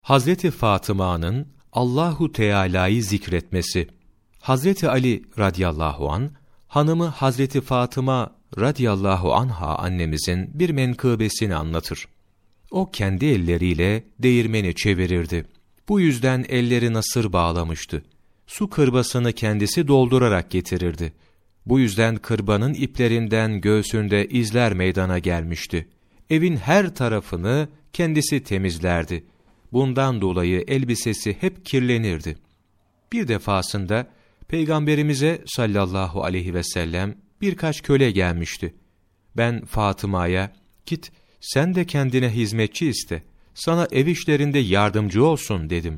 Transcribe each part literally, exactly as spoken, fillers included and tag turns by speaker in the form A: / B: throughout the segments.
A: Hazreti Fatıma'nın Allahu Teala'yı zikretmesi. Hazreti Ali radıyallahu an, hanımı Hazreti Fatıma radıyallahu anha annemizin bir menkıbesini anlatır. O kendi elleriyle değirmeni çevirirdi. Bu yüzden elleri nasır bağlamıştı. Su kırbasını kendisi doldurarak getirirdi. Bu yüzden kırbanın iplerinden göğsünde izler meydana gelmişti. Evin her tarafını kendisi temizlerdi. Bundan dolayı elbisesi hep kirlenirdi. Bir defasında Peygamberimize sallallahu aleyhi ve sellem birkaç köle gelmişti. Ben Fatıma'ya, git sen de kendine hizmetçi iste, sana ev işlerinde yardımcı olsun dedim.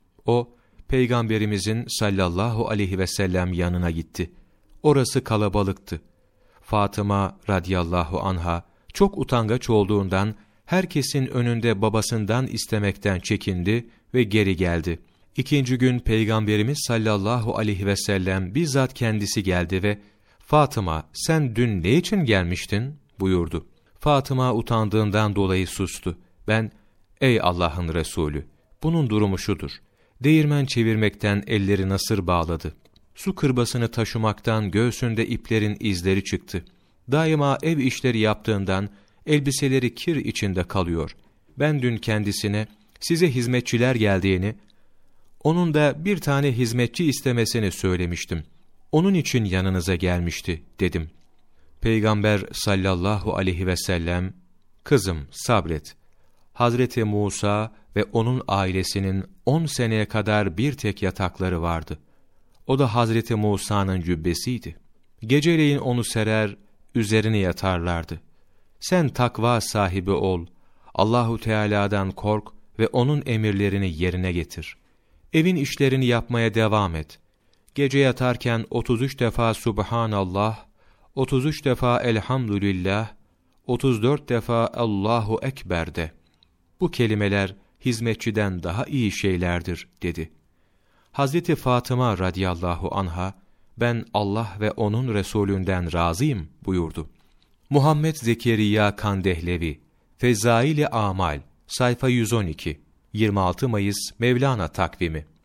A: O, Peygamberimizin sallallahu aleyhi ve sellem yanına gitti. Orası kalabalıktı. Fatıma radıyallahu anha çok utangaç olduğundan herkesin önünde babasından istemekten çekindi ve geri geldi. İkinci gün Peygamberimiz sallallahu aleyhi ve sellem bizzat kendisi geldi ve "Fatıma, sen dün ne için gelmiştin?" buyurdu. Fatıma utandığından dolayı sustu. Ben, "Ey Allah'ın Resulü, bunun durumu şudur. Değirmen çevirmekten elleri nasır bağladı. Su kırbasını taşımaktan göğsünde iplerin izleri çıktı. Daima ev işleri yaptığından elbiseleri kir içinde kalıyor. Ben dün kendisine size hizmetçiler geldiğini, onun da bir tane hizmetçi istemesini söylemiştim. Onun için yanınıza gelmişti" dedim. Peygamber sallallahu aleyhi ve sellem, "Kızım sabret. Hazreti Musa ve onun ailesinin on seneye kadar bir tek yatakları vardı. O da Hazreti Musa'nın cübbesiydi. Geceleyin onu serer, üzerine yatarlardı. Sen takva sahibi ol, Allahu Teala'dan kork ve onun emirlerini yerine getir. Evin işlerini yapmaya devam et. Gece yatarken otuz üç defa Subhanallah, otuz üç defa Elhamdülillah, otuz dört defa Allahu Ekber de. Bu kelimeler hizmetçiden daha iyi şeylerdir" dedi. Hazreti Fatıma radıyallahu anha, "Ben Allah ve onun Resulünden razıyım" buyurdu. Muhammed Zekeriya Kandehlevi, Fezail-i Amal, sayfa yüz on iki, yirmi altı Mayıs Mevlana takvimi.